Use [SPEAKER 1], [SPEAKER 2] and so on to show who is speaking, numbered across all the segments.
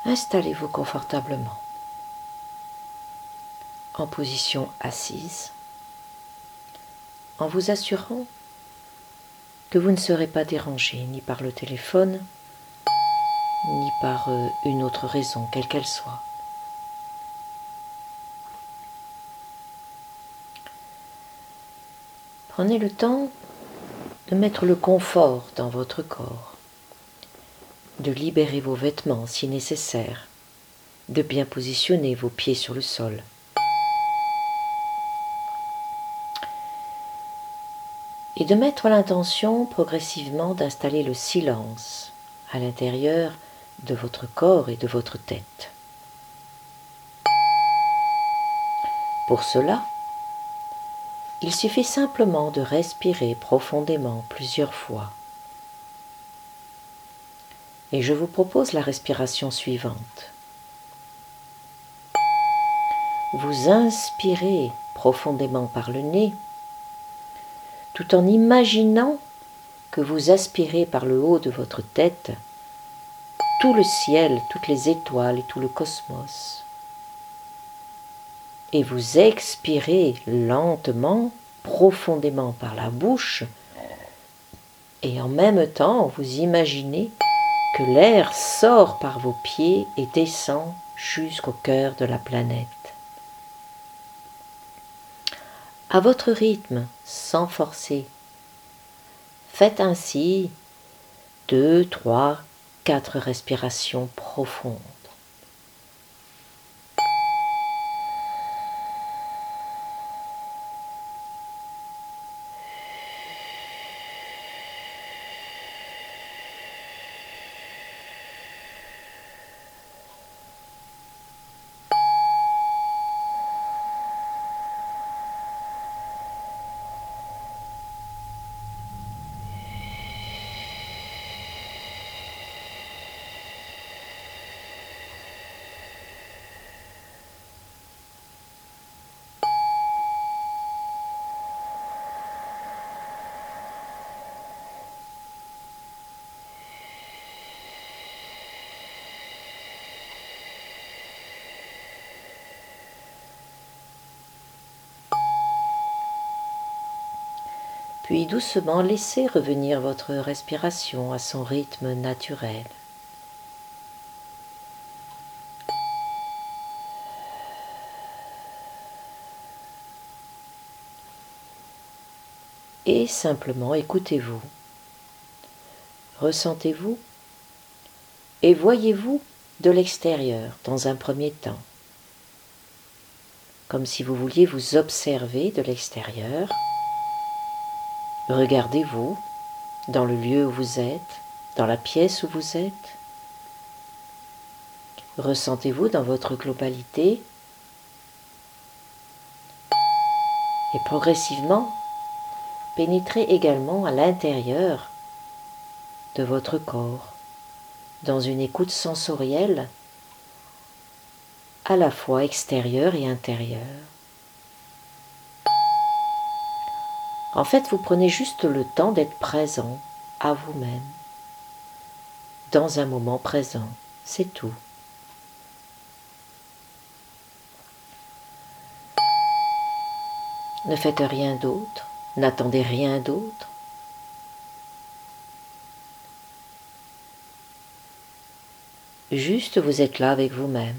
[SPEAKER 1] Installez-vous confortablement en position assise, en vous assurant que vous ne serez pas dérangé ni par le téléphone, ni par une autre raison, quelle qu'elle soit. Prenez le temps de mettre le confort dans votre corps, de libérer vos vêtements si nécessaire, de bien positionner vos pieds sur le sol. Et de mettre l'intention progressivement d'installer le silence à l'intérieur de votre corps et de votre tête. Pour cela, il suffit simplement de respirer profondément plusieurs fois. Et je vous propose la respiration suivante. Vous inspirez profondément par le nez, tout en imaginant que vous aspirez par le haut de votre tête tout le ciel, toutes les étoiles et tout le cosmos. Et vous expirez lentement, profondément par la bouche, et en même temps vous imaginez que l'air sort par vos pieds et descend jusqu'au cœur de la planète. À votre rythme, sans forcer, faites ainsi 2, 3, 4 respirations profondes. Puis doucement laissez revenir votre respiration à son rythme naturel. Et simplement écoutez-vous, ressentez-vous et voyez-vous de l'extérieur dans un premier temps, comme si vous vouliez vous observer de l'extérieur. Regardez-vous dans le lieu où vous êtes, dans la pièce où vous êtes. Ressentez-vous dans votre globalité et progressivement pénétrez également à l'intérieur de votre corps, dans une écoute sensorielle à la fois extérieure et intérieure. En fait, vous prenez juste le temps d'être présent à vous-même, dans un moment présent, c'est tout. Ne faites rien d'autre, n'attendez rien d'autre. Juste vous êtes là avec vous-même.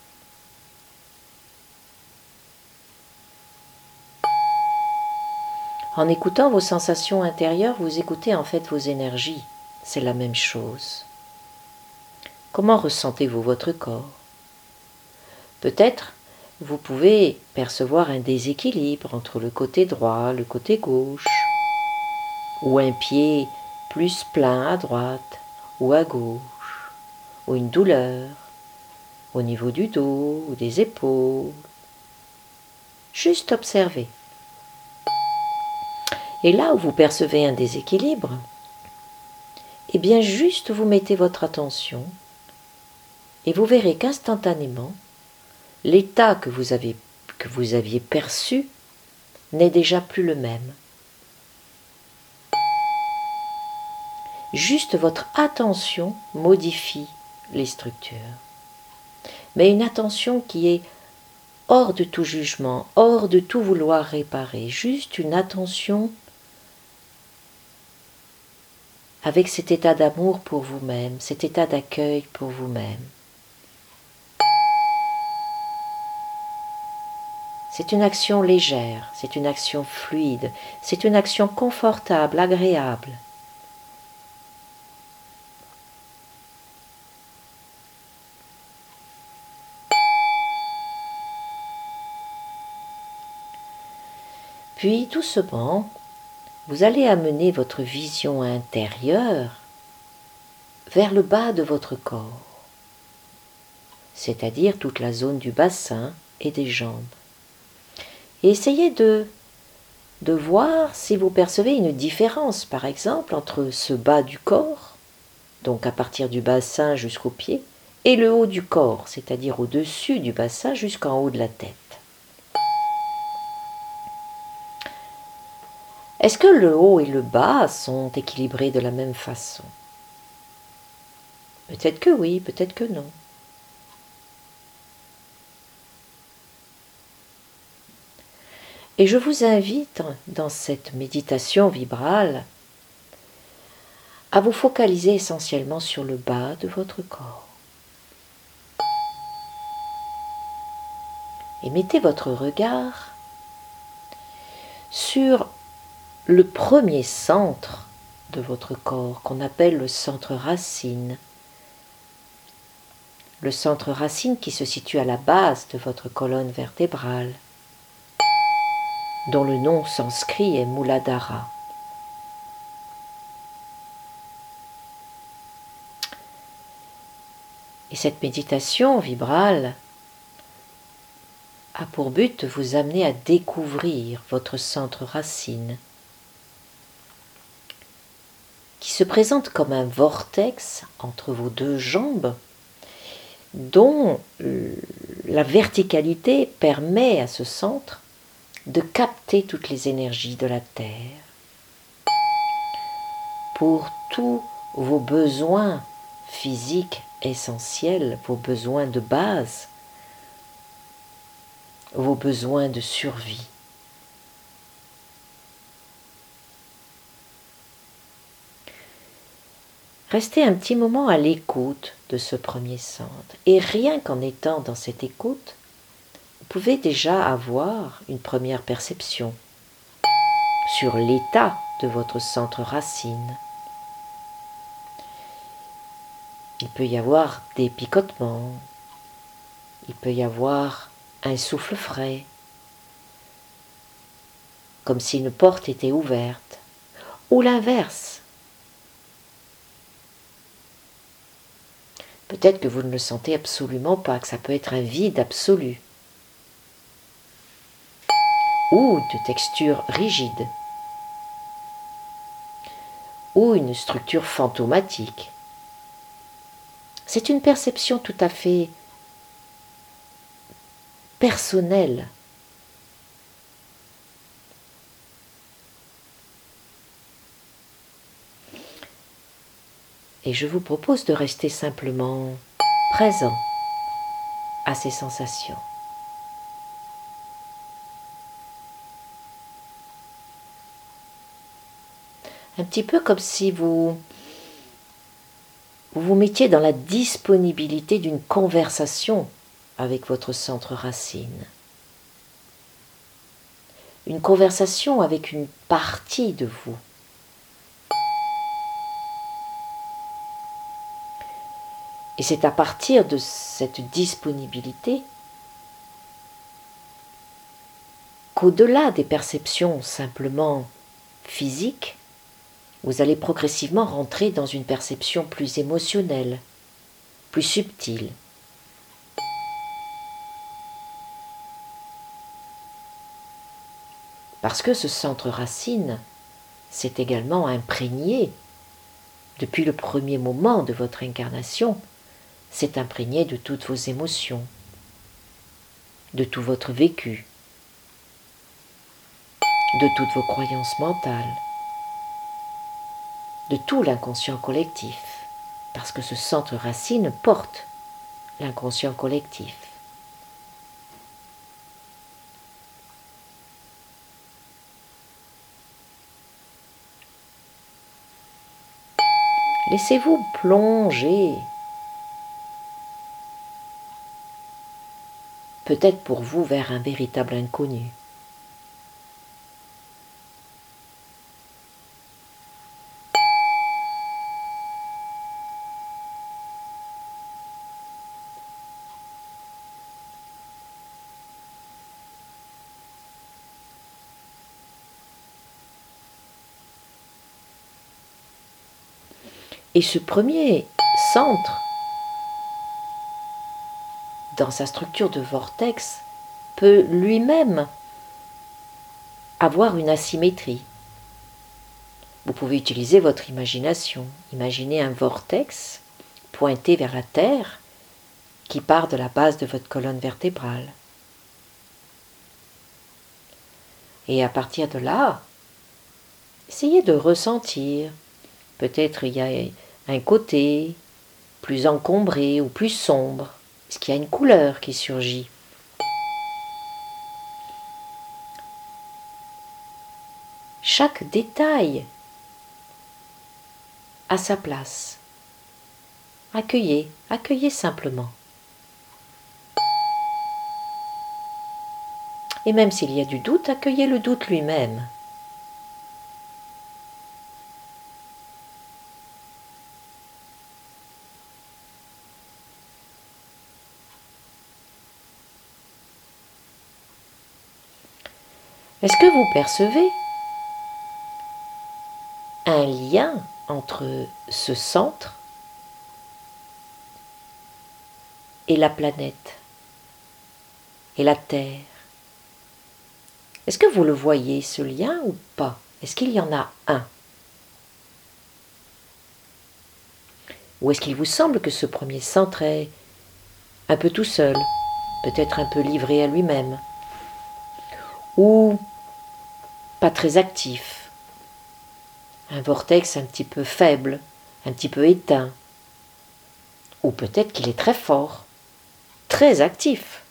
[SPEAKER 1] En écoutant vos sensations intérieures, vous écoutez en fait vos énergies. C'est la même chose. Comment ressentez-vous votre corps? Peut-être vous pouvez percevoir un déséquilibre entre le côté droit, le côté gauche, ou un pied plus plein à droite ou à gauche, ou une douleur au niveau du dos ou des épaules. Juste observez. Et là où vous percevez un déséquilibre, eh bien juste vous mettez votre attention et vous verrez qu'instantanément, l'état que vous aviez perçu n'est déjà plus le même. Juste votre attention modifie les structures. mais une attention qui est hors de tout jugement, hors de tout vouloir réparer, juste une attention avec cet état d'amour pour vous-même, cet état d'accueil pour vous-même. C'est une action légère, c'est une action fluide, c'est une action confortable, agréable. Puis doucement, vous allez amener votre vision intérieure vers le bas de votre corps, c'est-à-dire toute la zone du bassin et des jambes. Et essayez de voir si vous percevez une différence, par exemple, entre ce bas du corps, donc à partir du bassin jusqu'aux pieds, et le haut du corps, c'est-à-dire au-dessus du bassin jusqu'en haut de la tête. Est-ce que le haut et le bas sont équilibrés de la même façon? Peut-être que oui, peut-être que non. Et je vous invite, dans cette méditation vibrale, à vous focaliser essentiellement sur le bas de votre corps. Et mettez votre regard sur le premier centre de votre corps, qu'on appelle le centre racine. Le centre racine qui se situe à la base de votre colonne vertébrale, dont le nom sanskrit est Muladhara. Et cette méditation vibrale a pour but de vous amener à découvrir votre centre racine, qui se présente comme un vortex entre vos deux jambes, dont la verticalité permet à ce centre de capter toutes les énergies de la Terre pour tous vos besoins physiques essentiels, vos besoins de base, vos besoins de survie. Restez un petit moment à l'écoute de ce premier centre. Et rien qu'en étant dans cette écoute, vous pouvez déjà avoir une première perception sur l'état de votre centre racine. Il peut y avoir des picotements, il peut y avoir un souffle frais, comme si une porte était ouverte, ou l'inverse. Peut-être que vous ne le sentez absolument pas, que ça peut être un vide absolu, ou de texture rigide, ou une structure fantomatique. C'est une perception tout à fait personnelle. Et je vous propose de rester simplement présent à ces sensations. Un petit peu comme si vous vous mettiez dans la disponibilité d'une conversation avec votre centre racine. Une conversation avec une partie de vous. Et c'est à partir de cette disponibilité qu'au-delà des perceptions simplement physiques, vous allez progressivement rentrer dans une perception plus émotionnelle, plus subtile. Parce que ce centre racine s'est également imprégné, depuis le premier moment de votre incarnation, s'est imprégné de toutes vos émotions, de tout votre vécu, de toutes vos croyances mentales, de tout l'inconscient collectif, parce que ce centre racine porte l'inconscient collectif. Laissez-vous plonger, peut-être pour vous vers un véritable inconnu. Et ce premier centre, dans sa structure de vortex, peut lui-même avoir une asymétrie. Vous pouvez utiliser votre imagination. Imaginez un vortex pointé vers la Terre qui part de la base de votre colonne vertébrale. Et à partir de là, essayez de ressentir. Peut-être il y a un côté plus encombré ou plus sombre. Est-ce qu'il y a une couleur qui surgit? Chaque détail a sa place. Accueillez, accueillez simplement. Et même s'il y a du doute, accueillez le doute lui-même. Est-ce que vous percevez un lien entre ce centre et la planète et la Terre? Est-ce que vous le voyez, ce lien, ou pas? Est-ce qu'il y en a un? Ou est-ce qu'il vous semble que ce premier centre est un peu tout seul, peut-être un peu livré à lui-même, ou pas très actif, un vortex un petit peu faible, un petit peu éteint, ou peut-être qu'il est très fort, très actif.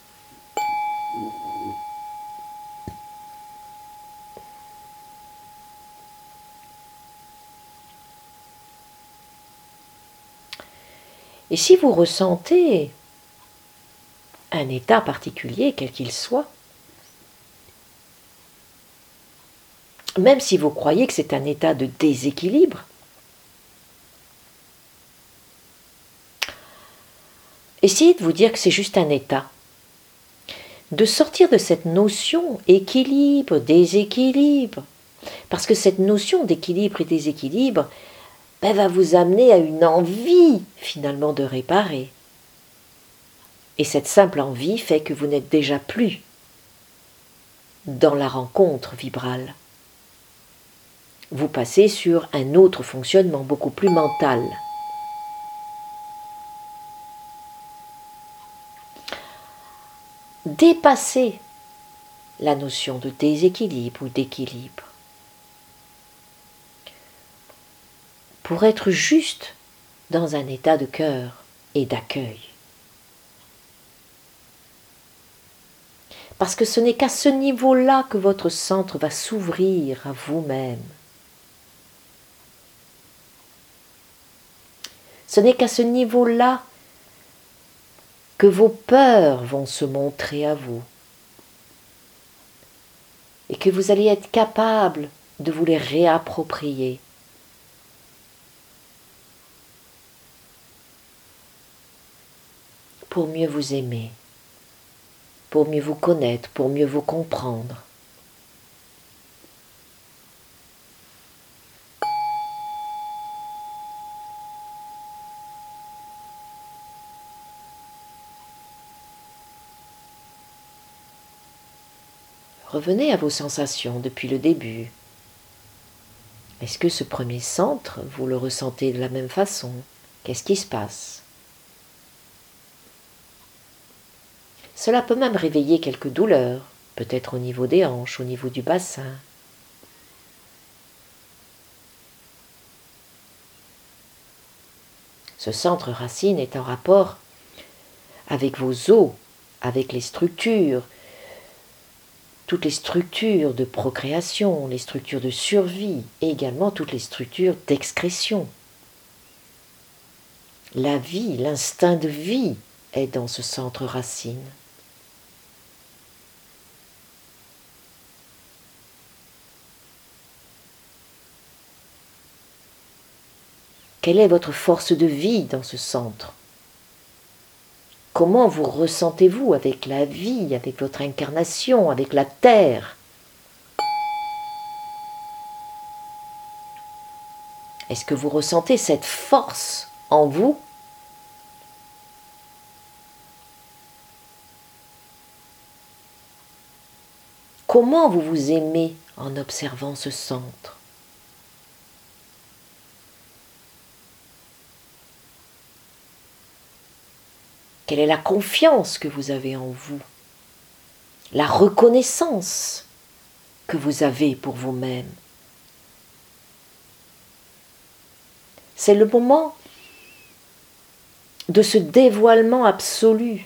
[SPEAKER 1] Et si vous ressentez un état particulier, quel qu'il soit, même si vous croyez que c'est un état de déséquilibre, essayez de vous dire que c'est juste un état. De sortir de cette notion équilibre, déséquilibre. Parce que cette notion d'équilibre et déséquilibre va vous amener à une envie finalement de réparer. Et cette simple envie fait que vous n'êtes déjà plus dans la rencontre vibrale. Vous passez sur un autre fonctionnement beaucoup plus mental. Dépassez la notion de déséquilibre ou d'équilibre pour être juste dans un état de cœur et d'accueil. Parce que ce n'est qu'à ce niveau-là que votre centre va s'ouvrir à vous-même. Ce n'est qu'à ce niveau-là que vos peurs vont se montrer à vous et que vous allez être capable de vous les réapproprier. Pour mieux vous aimer, pour mieux vous connaître, pour mieux vous comprendre. Revenez à vos sensations depuis le début. Est-ce que ce premier centre, vous le ressentez de la même façon? Qu'est-ce qui se passe? Cela peut même réveiller quelques douleurs, peut-être au niveau des hanches, au niveau du bassin. Ce centre racine est en rapport avec vos os, avec les structures, toutes les structures de procréation, les structures de survie et également toutes les structures d'excrétion. La vie, l'instinct de vie est dans ce centre racine. Quelle est votre force de vie dans ce centre? Comment vous ressentez-vous avec la vie, avec votre incarnation, avec la terre? Est-ce que vous ressentez cette force en vous? Comment vous vous aimez en observant ce centre? Quelle est la confiance que vous avez en vous? La reconnaissance que vous avez pour vous-même? C'est le moment de ce dévoilement absolu.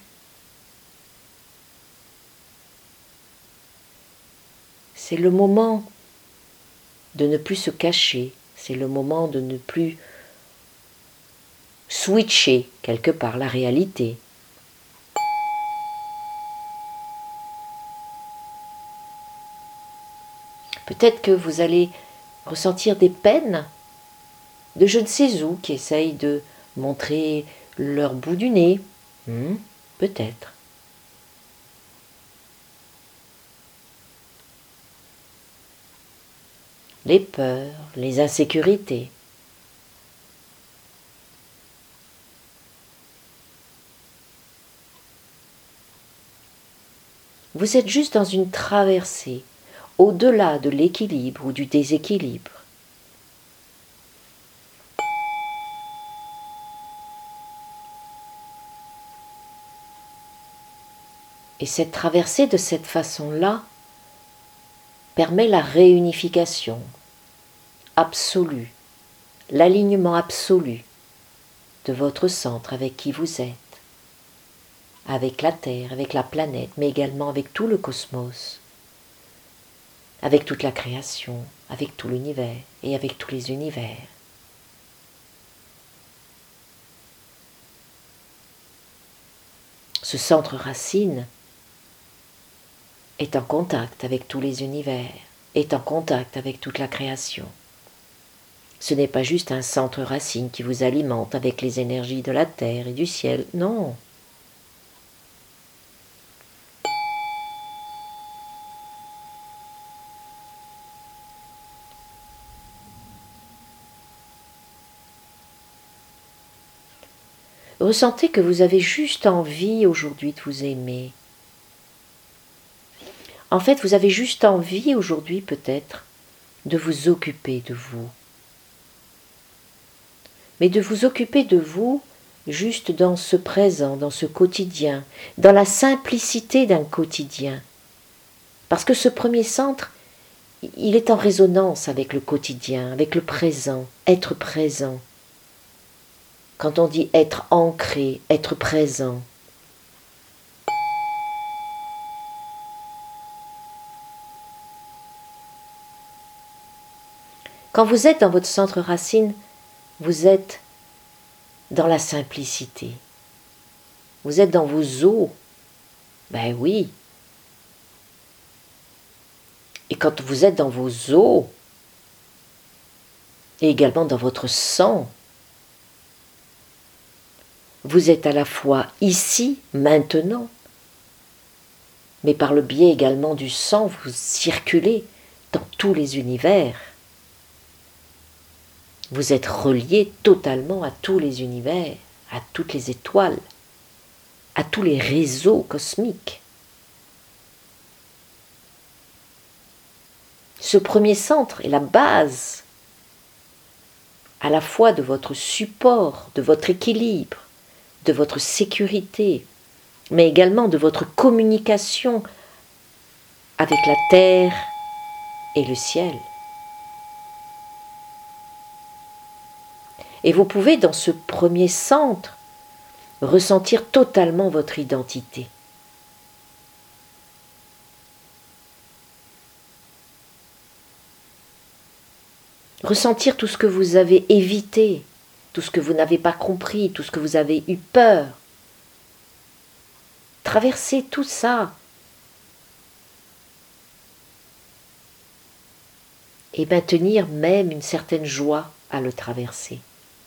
[SPEAKER 1] C'est le moment de ne plus se cacher. C'est le moment de ne plus switcher quelque part la réalité. Peut-être que vous allez ressentir des peines de je ne sais où qui essayent de montrer leur bout du nez. Peut-être. Les peurs, les insécurités. Vous êtes juste dans une traversée, au-delà de l'équilibre ou du déséquilibre. Et cette traversée de cette façon-là permet la réunification absolue, l'alignement absolu de votre centre avec qui vous êtes, avec la Terre, avec la planète, mais également avec tout le cosmos, avec toute la création, avec tout l'univers et avec tous les univers. Ce centre racine est en contact avec tous les univers, est en contact avec toute la création. Ce n'est pas juste un centre racine qui vous alimente avec les énergies de la terre et du ciel, non. Ressentez que vous avez juste envie aujourd'hui de vous aimer. En fait, vous avez juste envie aujourd'hui peut-être de vous occuper de vous. Mais de vous occuper de vous juste dans ce présent, dans ce quotidien, dans la simplicité d'un quotidien. Parce que ce premier centre, il est en résonance avec le quotidien, avec le présent, être présent. Quand on dit être ancré, être présent. Quand vous êtes dans votre centre racine, vous êtes dans la simplicité. Vous êtes dans vos os. Ben oui. Et quand vous êtes dans vos os, et également dans votre sang, vous êtes à la fois ici, maintenant, mais par le biais également du sang, vous circulez dans tous les univers. Vous êtes relié totalement à tous les univers, à toutes les étoiles, à tous les réseaux cosmiques. Ce premier centre est la base à la fois de votre support, de votre équilibre, de votre sécurité, mais également de votre communication avec la terre et le ciel. Et vous pouvez, dans ce premier centre, ressentir totalement votre identité. Ressentir tout ce que vous avez évité, tout ce que vous n'avez pas compris, tout ce que vous avez eu peur. Traverser tout ça. Et maintenir même une certaine joie à le traverser.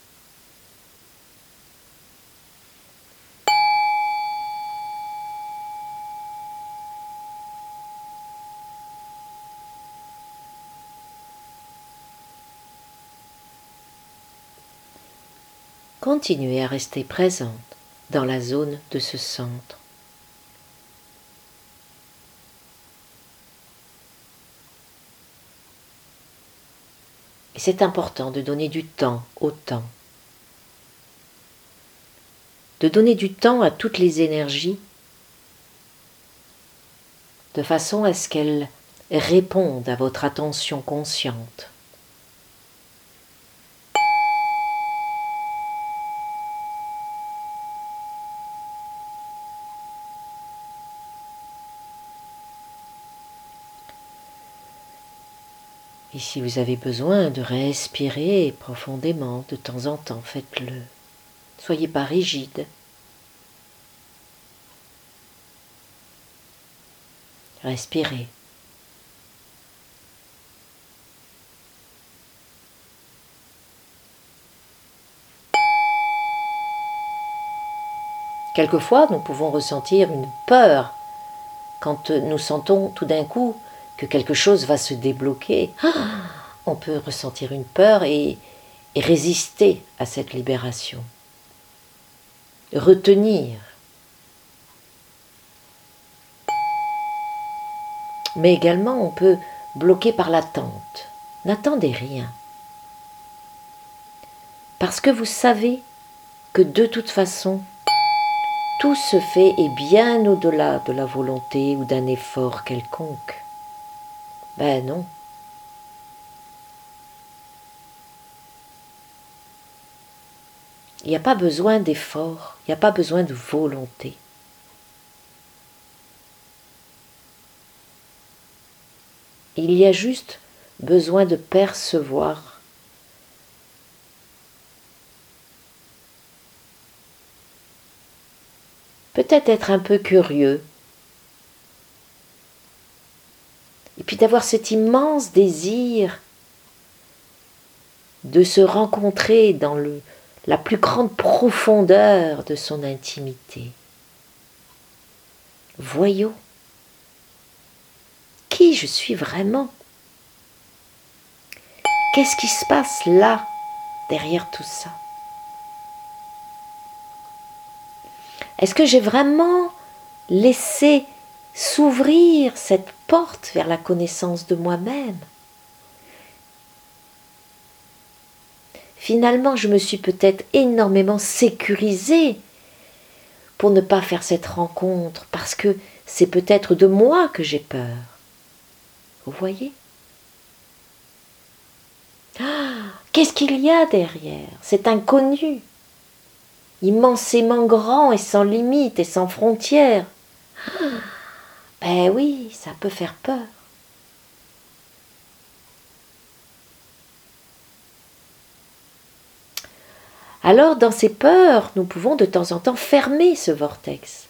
[SPEAKER 1] Continuez à rester présente dans la zone de ce centre. Et c'est important de donner du temps au temps. De donner du temps à toutes les énergies de façon à ce qu'elles répondent à votre attention consciente. Et si vous avez besoin de respirer profondément de temps en temps, faites-le. Soyez pas rigide. Respirez. Quelquefois, nous pouvons ressentir une peur quand nous sentons tout d'un coup que quelque chose va se débloquer. On peut ressentir une peur et résister à cette libération. Retenir. Mais également, on peut bloquer par l'attente. N'attendez rien. Parce que vous savez que de toute façon, tout se fait et bien au-delà de la volonté ou d'un effort quelconque. Ben non. Il n'y a pas besoin d'effort, il n'y a pas besoin de volonté. Il y a juste besoin de percevoir. Peut-être être un peu curieux. Et puis d'avoir cet immense désir de se rencontrer dans la plus grande profondeur de son intimité. Voyons qui je suis vraiment. Qu'est-ce qui se passe là, derrière tout ça? Est-ce que j'ai vraiment laissé s'ouvrir cette porte vers la connaissance de moi-même? Finalement, je me suis peut-être énormément sécurisée pour ne pas faire cette rencontre, parce que c'est peut-être de moi que j'ai peur. Vous voyez? Qu'est-ce qu'il y a derrière cet inconnu, immensément grand et sans limite et sans frontières? Ben oui, ça peut faire peur. Alors, dans ces peurs, nous pouvons de temps en temps fermer ce vortex,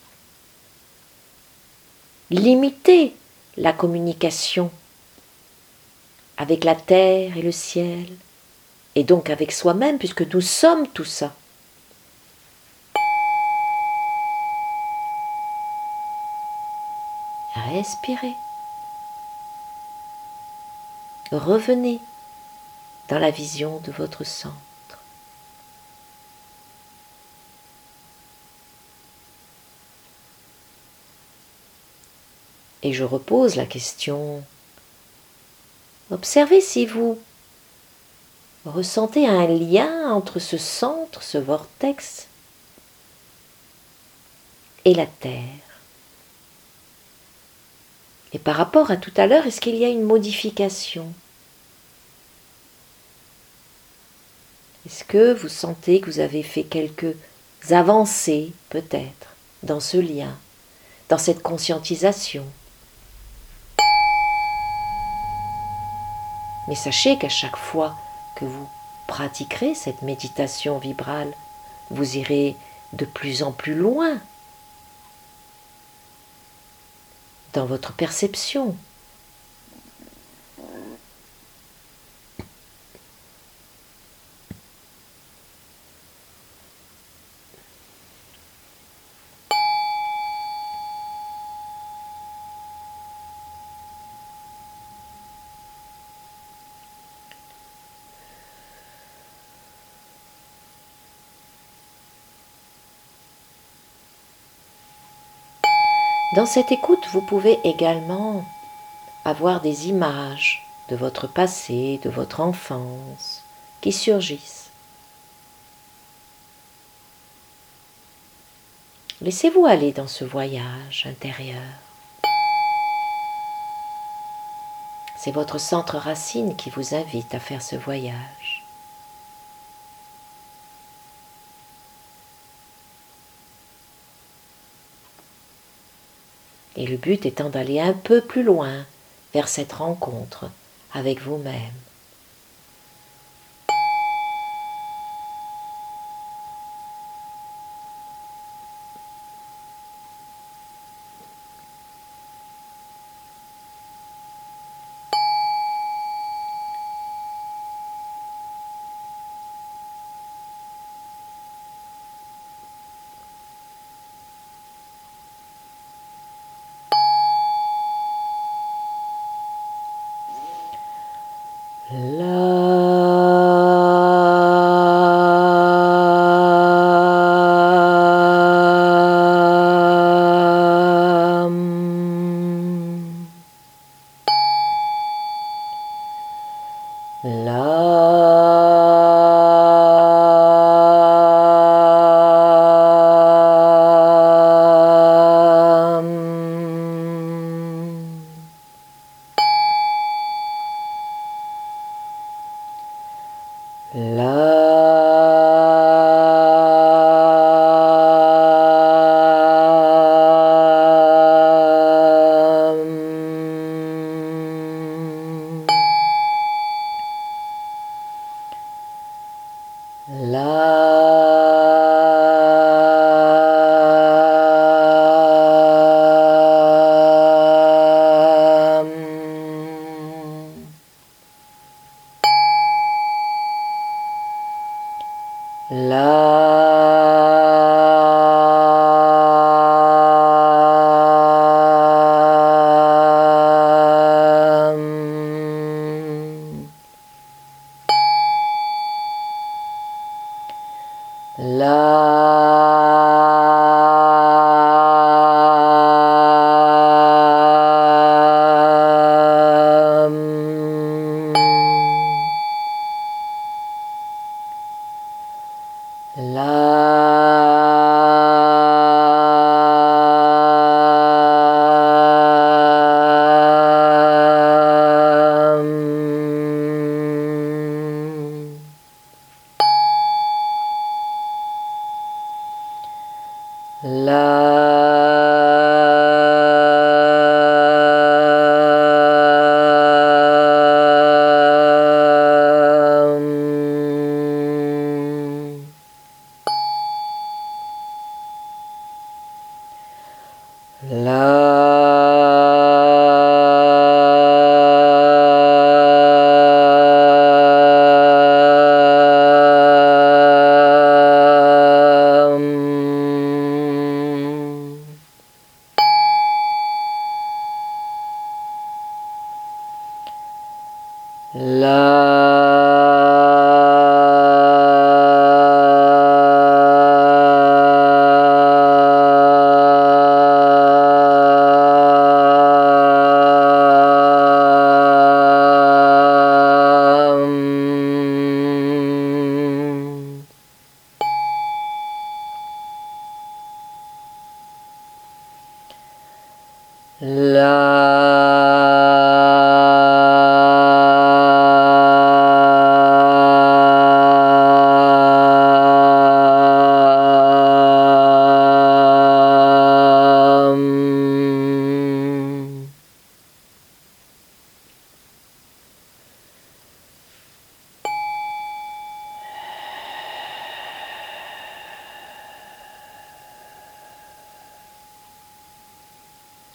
[SPEAKER 1] limiter la communication avec la terre et le ciel, et donc avec soi-même, puisque nous sommes tout ça. Respirez. Revenez dans la vision de votre centre. Et je repose la question. Observez si vous ressentez un lien entre ce centre, ce vortex, et la Terre. Et par rapport à tout à l'heure, est-ce qu'il y a une modification? Est-ce que vous sentez que vous avez fait quelques avancer peut-être dans ce lien, dans cette conscientisation. Mais sachez qu'à chaque fois que vous pratiquerez cette méditation vibrale, vous irez de plus en plus loin dans votre perception. Dans cette écoute, vous pouvez également avoir des images de votre passé, de votre enfance, qui surgissent. Laissez-vous aller dans ce voyage intérieur. C'est votre centre racine qui vous invite à faire ce voyage. Et le but étant d'aller un peu plus loin vers cette rencontre avec vous-même.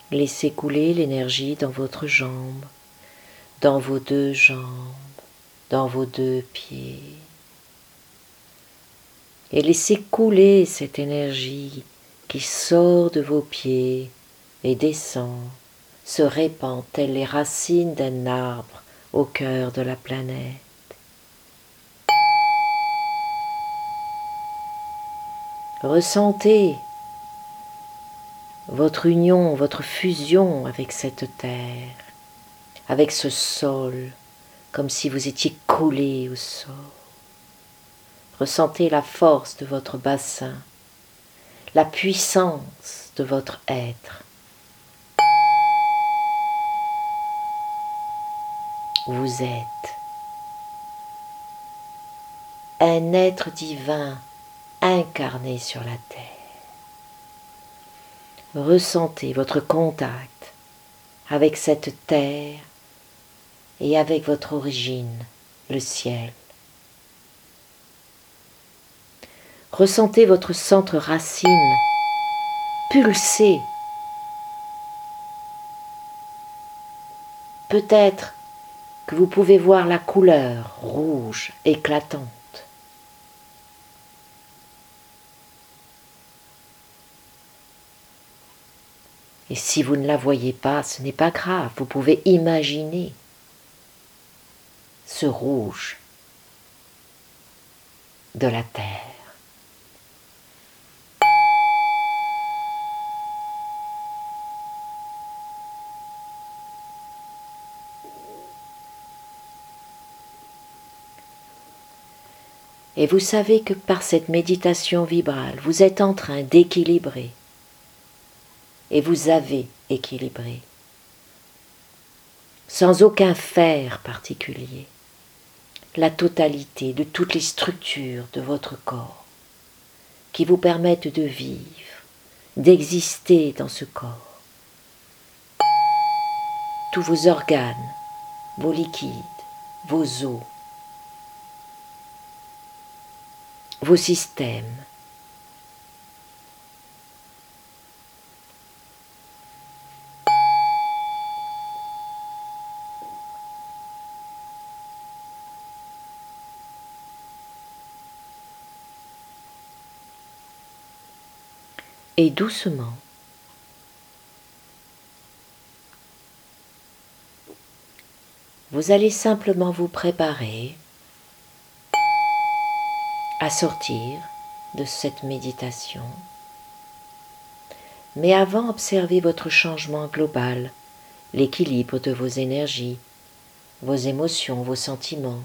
[SPEAKER 1] Laissez couler l'énergie dans votre jambe, dans vos deux jambes, dans vos deux pieds. Et laissez couler cette énergie qui sort de vos pieds et descend, se répand telles les racines d'un arbre au cœur de la planète. Ressentez votre union, votre fusion avec cette terre, avec ce sol, comme si vous étiez collé au sol. Ressentez la force de votre bassin, la puissance de votre être. Vous êtes un être divin incarné sur la terre. Ressentez votre contact avec cette terre et avec votre origine, le ciel. Ressentez votre centre racine pulser. Peut-être que vous pouvez voir la couleur rouge éclatante. Et si vous ne la voyez pas, ce n'est pas grave, vous pouvez imaginer ce rouge de la terre. Et vous savez que par cette méditation vibrale, vous êtes en train d'équilibrer. Et vous avez équilibré. Sans aucun faire particulier. La totalité de toutes les structures de votre corps qui vous permettent de vivre, d'exister dans ce corps. Tous vos organes, vos liquides, vos os, vos systèmes. Et doucement, vous allez simplement vous préparer à sortir de cette méditation. Mais avant, observez votre changement global, l'équilibre de vos énergies, vos émotions, vos sentiments.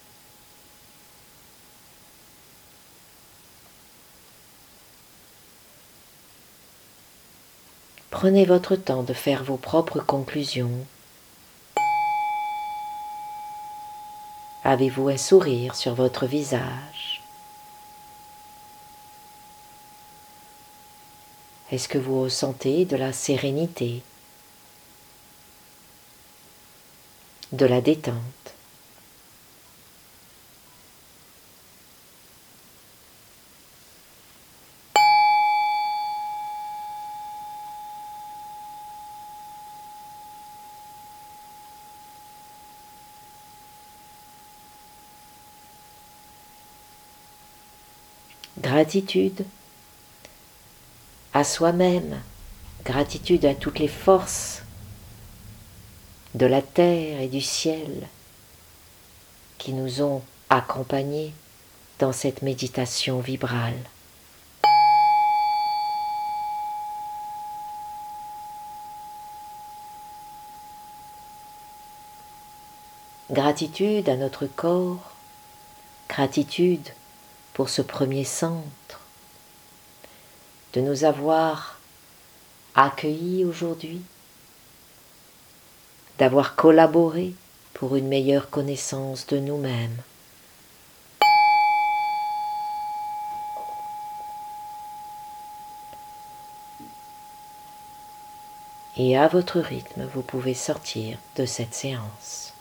[SPEAKER 1] Prenez votre temps de faire vos propres conclusions. Avez-vous un sourire sur votre visage? Est-ce que vous ressentez de la sérénité, de la détente? Gratitude à soi-même, gratitude à toutes les forces de la terre et du ciel qui nous ont accompagnés dans cette méditation vibrale. Gratitude à notre corps, gratitude pour ce premier centre, de nous avoir accueillis aujourd'hui, d'avoir collaboré pour une meilleure connaissance de nous-mêmes. Et à votre rythme, vous pouvez sortir de cette séance.